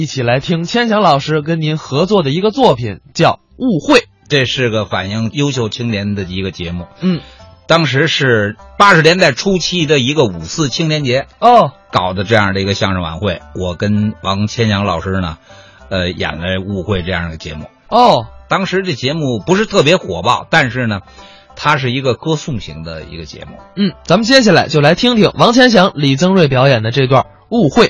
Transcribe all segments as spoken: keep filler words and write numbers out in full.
一起来听千祥老师跟您合作的一个作品，叫《误会》。 这是个反映优秀青年的一个节目。 嗯， 当时是八十年代初期的一个五四青年节哦， 搞的这样的一个相声晚会。我跟王千祥老师呢，呃，演了《误会》这样的节目。 哦， 当时这节目不是特别火爆，但是呢，它是一个歌颂型的一个节目。 嗯，咱们接下来就来听听王千祥、李增瑞表演的这段《误会》。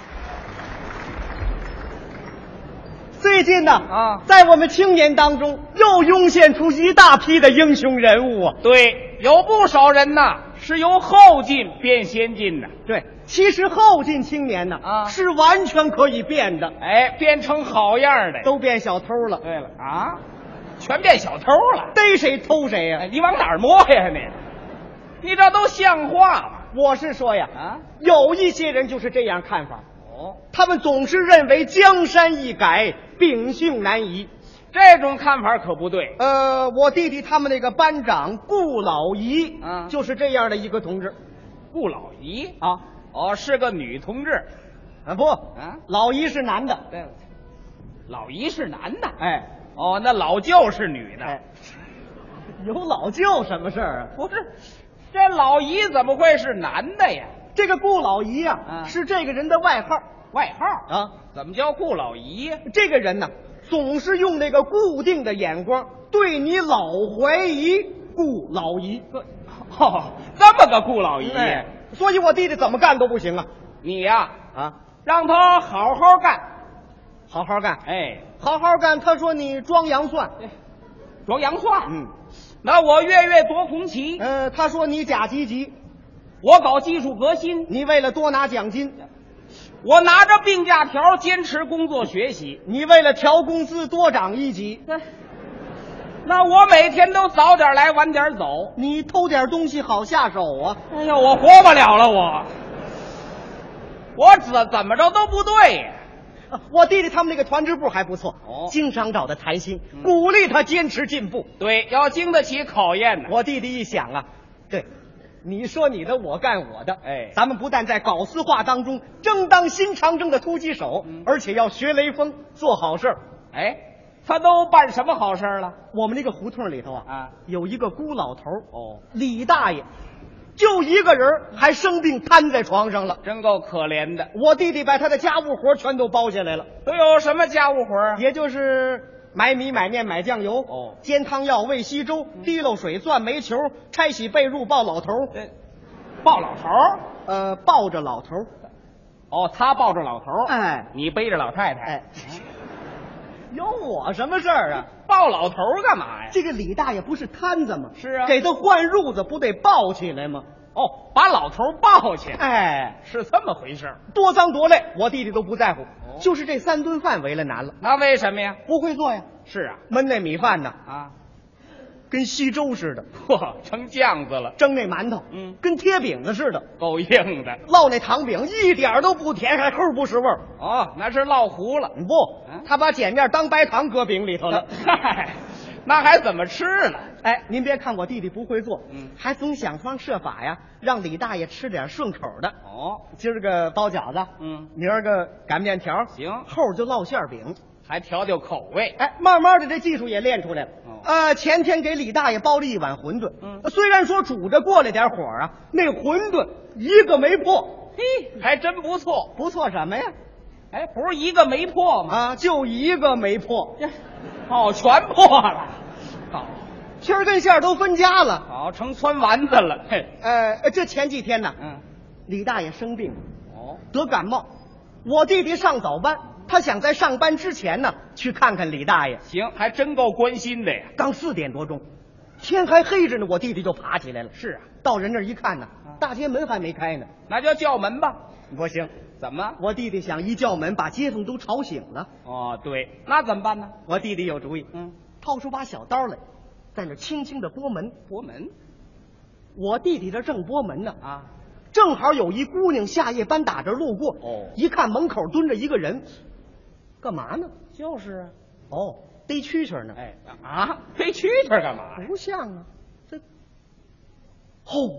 最近呢，啊，在我们青年当中又涌现出一大批的英雄人物啊。 对，有不少人呐是由后进变先进的。 对，其实后进青年呢，啊，是完全可以变的。 哎，变成好样的， 都变小偷了。 对了啊，全变小偷了， 逮谁偷谁呀、啊哎！ 你往哪儿摸呀你？你这都像话吗？ 我是说呀，啊，有一些人就是这样看法。 哦， 他们总是认为江山易改，秉性难移， 这种看法可不对。 呃，我弟弟他们那个班长顾老姨， 嗯， 就是这样的一个同志。 顾老姨啊， 哦，是个女同志。 啊不，啊，老姨是男的。 对，老姨是男的。 哎， 哦，那老舅是女的。 哎，有老舅什么事儿啊？ 不是，这老姨怎么会是男的呀？ 这个顾老姨啊， 嗯， 是这个人的外号。 外号啊？ 怎么叫顾老姨呀？ 这个人呢，总是用那个固定的眼光对你老怀疑。顾老姨， 哦，这么个顾老姨， 哎，所以我弟弟怎么干都不行啊。 你呀， 啊， 让他好好干， 好好干， 哎， 好好干。他说你装洋蒜， 装洋蒜， 嗯， 那我月月夺红旗， 呃，他说你假积极， 我搞技术革新， 你为了多拿奖金。 我拿着病假条坚持工作学习， 你为了调工资多涨一级。 那我每天都早点来晚点走， 你偷点东西好下手啊。 哎呀，我活不了了，我我怎怎么着都不对呀。 我弟弟他们那个团支部还不错， 哦， 经常找他谈心，嗯，鼓励他坚持进步。 对，要经得起考验呢。 我弟弟一想啊，对，你说你的，我干我的， 哎， 咱们不但在搞私化当中争当新长征的突击手，嗯，而且要学雷锋，做好事儿。 哎，他都办什么好事了？ 我们那个胡同里头啊， 啊， 有一个孤老头， 哦， 李大爷，就一个人，还生病瘫在床上了， 真够可怜的。 我弟弟把他的家务活全都包下来了。 都有什么家务活啊？ 也就是买米、买面、买酱油， 哦， 煎汤药、喂稀粥、嗯、滴漏水、钻煤球、拆洗被褥、抱老头。 抱老头？ 呃，抱着老头。 哦，他抱着老头， 哎， 你背着老太太。 哎，有我什么事儿啊？ 抱老头干嘛呀？ 这个李大爷不是摊子吗？ 是啊， 给他换褥子不得抱起来吗？ 哦，把老头抱起来。 哎， 是这么回事。 多脏多累，我弟弟都不在乎，哦，就是这三顿饭为了难了。 那为什么呀？ 不会做呀。 是啊， 焖那米饭呢， 啊， 跟稀粥似的， 嚯，成酱子了。 蒸那馒头， 嗯， 跟贴饼子似的， 够硬的。 烙那糖饼一点都不甜，还齁不是味儿。 哦，那是烙糊了。 不，嗯，他把碱面当白糖搁饼里头了。 嗨，那还怎么吃了？ 哎，您别看我弟弟不会做， 嗯， 还总想方设法呀，让李大爷吃点顺口的。 哦， 今儿个包饺子， 嗯， 明儿个擀面条， 行， 后儿就烙馅饼， 还调调口味。 哎，慢慢的这技术也练出来了。 哦， 呃，前天给李大爷包了一碗馄饨， 嗯， 虽然说煮着过了点火啊，那馄饨一个没破。 嘿，还真不错。 不错什么呀？ 哎，不是一个没破吗？ 啊，就一个没破。 哦，全破了。好， 皮儿跟馅儿都分家了。 好，成汆丸子了。嘿， 呃，这前几天呢， 嗯， 李大爷生病了， 哦， 得感冒。我弟弟上早班，他想在上班之前呢去看看李大爷。 行，还真够关心的呀。 刚四点多钟，天还黑着呢，我弟弟就爬起来了。 是啊， 到人那儿一看呢，大街门还没开呢。 那就叫门吧。 不行， 怎么？ 我弟弟想一叫门，把街坊都吵醒了。 哦，对，那怎么办呢？ 我弟弟有主意， 嗯， 掏出把小刀来，在那轻轻的拨门。 拨门。 我弟弟这正拨门呢， 啊， 正好有一姑娘下夜班打这路过。 哦， 一看门口蹲着一个人，干嘛呢？ 就是啊。 哦，逮蛐蛐呢。 哎啊，逮蛐蛐干嘛？ 不像啊，这，吼、哦，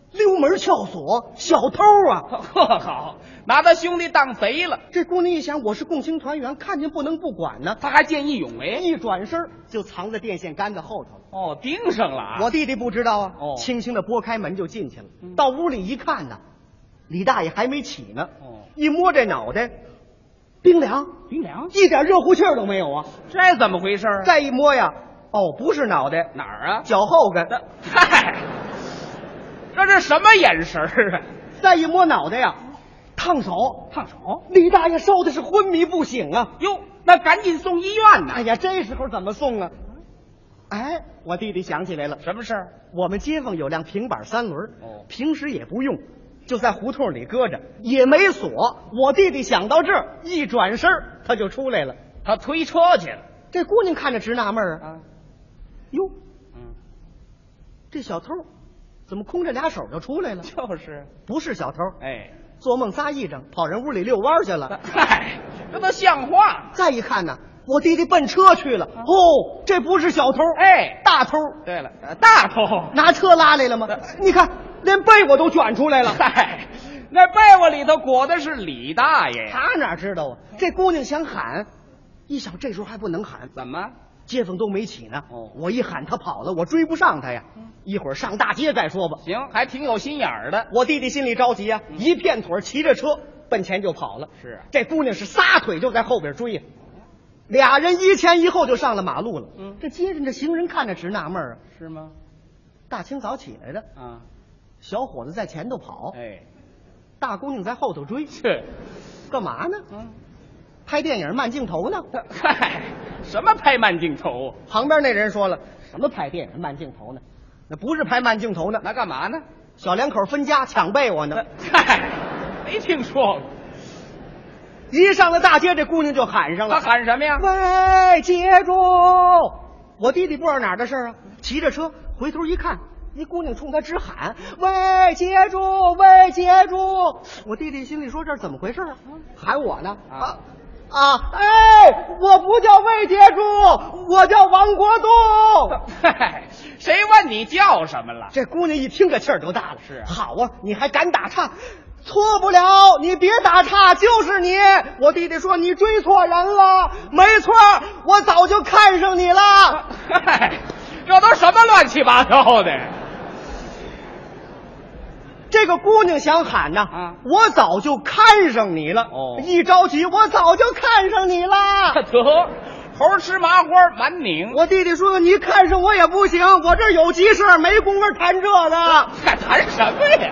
溜门撬锁，小偷啊！ 呵，好，拿他兄弟当贼了。 这姑娘一想，我是共青团员，看见不能不管呢。 他还见义勇为， 一转身就藏在电线杆子后头了。 哦，盯上了啊！ 我弟弟不知道啊， 哦， 轻轻的拨开门就进去了。 嗯、 到屋里一看呢，李大爷还没起呢。 哦， 一摸这脑袋，冰凉， 冰凉， 一点热乎气儿都没有啊！ 这怎么回事？ 再一摸呀，哦，不是脑袋， 哪儿啊？ 脚后跟。 嗨，这是什么眼神啊？ 再一摸脑袋呀，烫手， 烫手！ 李大爷烧的是昏迷不醒啊！ 哟，那赶紧送医院呢！ 哎呀，这时候怎么送啊？哎，我弟弟想起来了， 什么事儿？ 我们街坊有辆平板三轮， 哦， 平时也不用，就在胡同里搁着，也没锁。我弟弟想到这儿，一转身他就出来了， 他推车去了。 这姑娘看着直纳闷啊， 啊， 哟， 嗯， 这小偷怎么空着俩手就出来了？ 就是， 不是小偷， 哎， 做梦仨癔症，跑人屋里遛弯去了。 嗨，这都像话。 再一看呢，我弟弟奔车去了。 啊、 哦，这不是小偷， 哎， 大偷。 对了，大偷拿车拉来了吗？你看，连被窝都卷出来了。 嗨，那被窝里头裹的是李大爷。 他哪知道啊？这姑娘想喊，一想这时候还不能喊， 怎么？ 街坊都没起呢。 哦， 我一喊他跑了，我追不上他呀。嗯、一会儿上大街再说吧。 行，还挺有心眼儿的。 我弟弟心里着急啊，嗯、一片腿骑着车奔前就跑了。 是啊， 这姑娘是撒腿就在后边追呀。俩人一前一后就上了马路了。 嗯， 这街上这行人看着直纳闷啊。 是吗？ 大清早起来的啊， 小伙子在前头跑， 哎， 大姑娘在后头追， 是干嘛呢？ 嗯， 拍电影慢镜头呢。 嗨，什么拍慢镜头？ 旁边那人说了，什么拍电影慢镜头呢？那不是拍慢镜头呢， 那干嘛呢？ 小两口分家抢被窝呢。 嗨，没听说过。 一上了大街，这姑娘就喊上了。 她喊什么呀？ 喂，接住！我弟弟不知道哪儿的事啊，骑着车回头一看，一姑娘冲他直喊：“喂，接住！喂，接住！”我弟弟心里说：“这是怎么回事啊？喊我呢？啊啊！哎，我不叫魏接住，我叫王国栋。 嗨，谁问你叫什么了？” 这姑娘一听这气儿就大了。 是啊， 好啊，你还敢打岔？错不了，你别打岔，就是你。我弟弟说你追错人了，没错，我早就看上你了。 嗨，这都什么乱七八糟的？ 这个姑娘想喊呐， 啊， 我早就看上你了。 哦， 一着急，我早就看上你了。 得，猴吃麻花满拧。 我弟弟说你看上我也不行，我这有急事，没工夫谈这个。 还谈什么呀？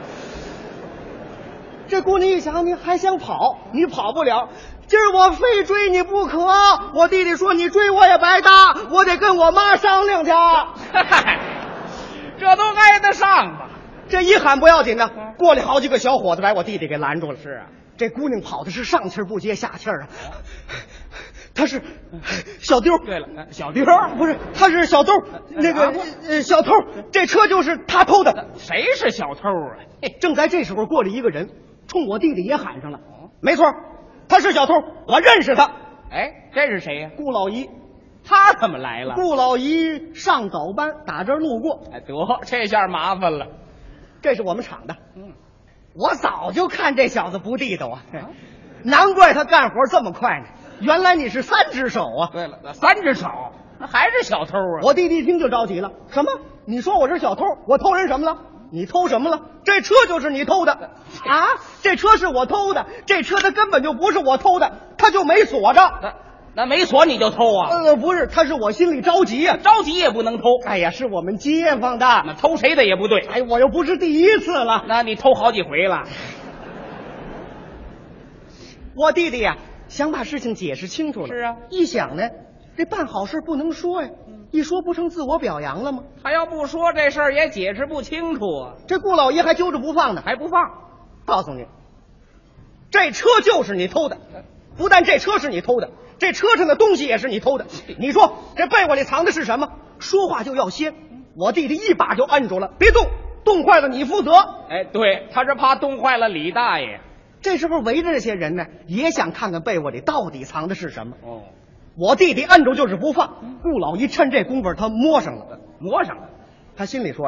这姑娘一想，你还想跑，你跑不了。今儿我非追你不可。我弟弟说你追我也白搭，我得跟我妈商量去。 嗨，这都挨得上吧？ 这一喊不要紧呢，过来好几个小伙子把我弟弟给拦住了。 是啊， 这姑娘跑的是上气儿不接下气儿啊。他是小丢。 对了，小丢不是，他是小偷。那个呃，小偷，这车就是他偷的。 谁是小偷啊？ 正在这时候，过来一个人，冲我弟弟也喊上了。没错，他是小偷，我认识他。 哎，这是谁呀？ 顾老姨。 他怎么来了？ 顾老姨上早班，打这儿路过。 哎，得，这下麻烦了。 这是我们厂的。 嗯， 我早就看这小子不地道啊，难怪他干活这么快呢。原来你是三只手啊！ 对了，三只手，那还是小偷啊！ 我弟弟一听就着急了，什么？你说我是小偷？我偷人什么了？你偷什么了？这车就是你偷的啊！这车是我偷的，这车它根本就不是我偷的，它就没锁着。 那那没锁你就偷啊？ 呃，不是，他是我心里着急呀、啊， 着急也不能偷。 哎呀，是我们街坊的， 那偷谁的也不对。 哎，我又不是第一次了， 那你偷好几回了。 我弟弟呀、啊，想把事情解释清楚了。 是啊， 一想呢，这办好事不能说呀，一说不成自我表扬了吗？ 他要不说这事儿也解释不清楚啊。 这顾老爷还揪着不放呢， 还不放。 告诉你，这车就是你偷的，不但这车是你偷的，这车上的东西也是你偷的。你说这被窝里藏的是什么？说话就要先。我弟弟一把就摁住了，别动，冻坏了你负责。 哎，对，他是怕冻坏了李大爷。 这时候围着这些人呢，也想看看被窝里到底藏的是什么。 哦， 我弟弟摁住就是不放。顾老一趁这功夫他摸上了， 摸上了。 他心里说呀，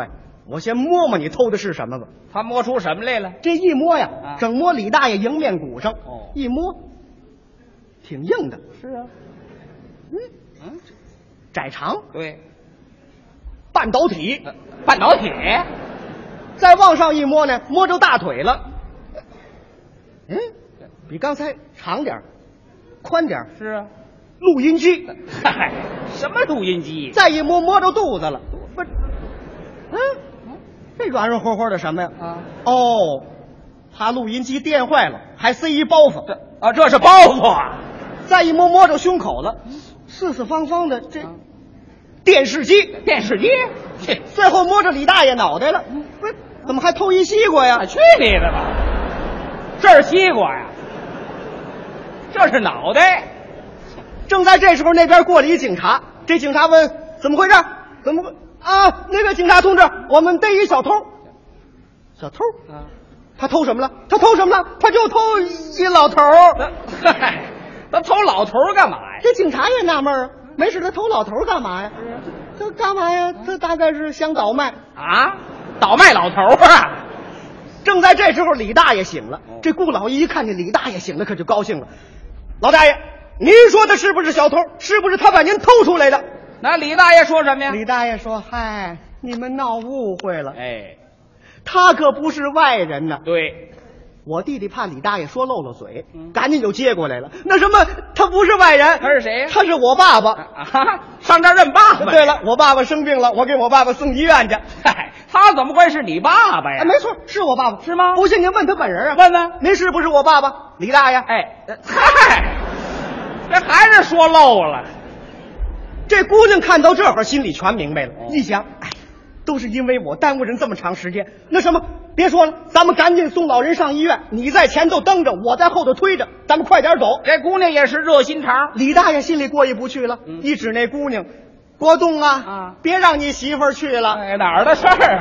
我先摸摸你偷的是什么吧。 他摸出什么来了？ 这一摸呀， 啊整摸李大爷迎面骨上， 哦一摸，挺硬的， 是啊， 嗯嗯， 窄长， 对， 半导体。 呃半导体。 再往上一摸呢，摸着大腿了，嗯，比刚才长点儿宽点儿是啊， 录音机。 嗨，什么录音机？ 再一摸，摸着肚子了，不是，嗯，这软软和和的什么呀？ 啊， 哦，怕录音机电坏了，还塞一包袱。 这啊，这是包袱啊！ 再一摸，摸着胸口了，四四方方的这啊电视机。 电视机。去， 最后摸着李大爷脑袋了，不是，怎么还偷一西瓜呀？ 去你的吧！这是西瓜呀，这是脑袋。 正在这时候，那边过来一警察。这警察问：“怎么回事？怎么会啊？那个警察同志，我们逮一小偷。”小偷？ 啊， 他偷什么了？他偷什么了？他就偷一老头。 那嗨，他偷老头儿干嘛呀？ 这警察也纳闷啊，没事他偷老头干嘛呀？他干嘛呀？他大概是想倒卖。 啊，倒卖老头儿啊！ 正在这时候，李大爷醒了。这顾老一一看见李大爷醒了，可就高兴了。老大爷，您说的是不是小偷？是不是他把您偷出来的？ 那李大爷说什么呀？ 李大爷说：“嗨，你们闹误会了， 哎， 他可不是外人呢。” 对， 我弟弟怕李大爷说漏了嘴， 嗯赶紧就接过来了。那什么，他不是外人， 他是谁呀他是我爸爸。 啊，上这儿认爸爸。 对了，我爸爸生病了，我给我爸爸送医院去。 嗨，他怎么会是你爸爸呀？ 哎，没错，是我爸爸， 是吗不信您问他本人啊。 问问您是不是我爸爸，李大爷？ 哎，呃嗨，这还是说漏了。 这姑娘看到这会儿，心里全明白了。 哦一想，哎，都是因为我耽误人这么长时间。那什么，别说了，咱们赶紧送老人上医院。你在前头蹬着，我在后头推着，咱们快点走。 这姑娘也是热心肠。 李大爷心里过意不去了， 嗯一指那姑娘，国栋啊， 啊别让你媳妇儿去了。 哎，哪儿的事儿？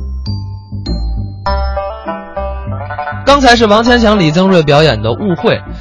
刚才是王千祥、李增瑞表演的《误会》。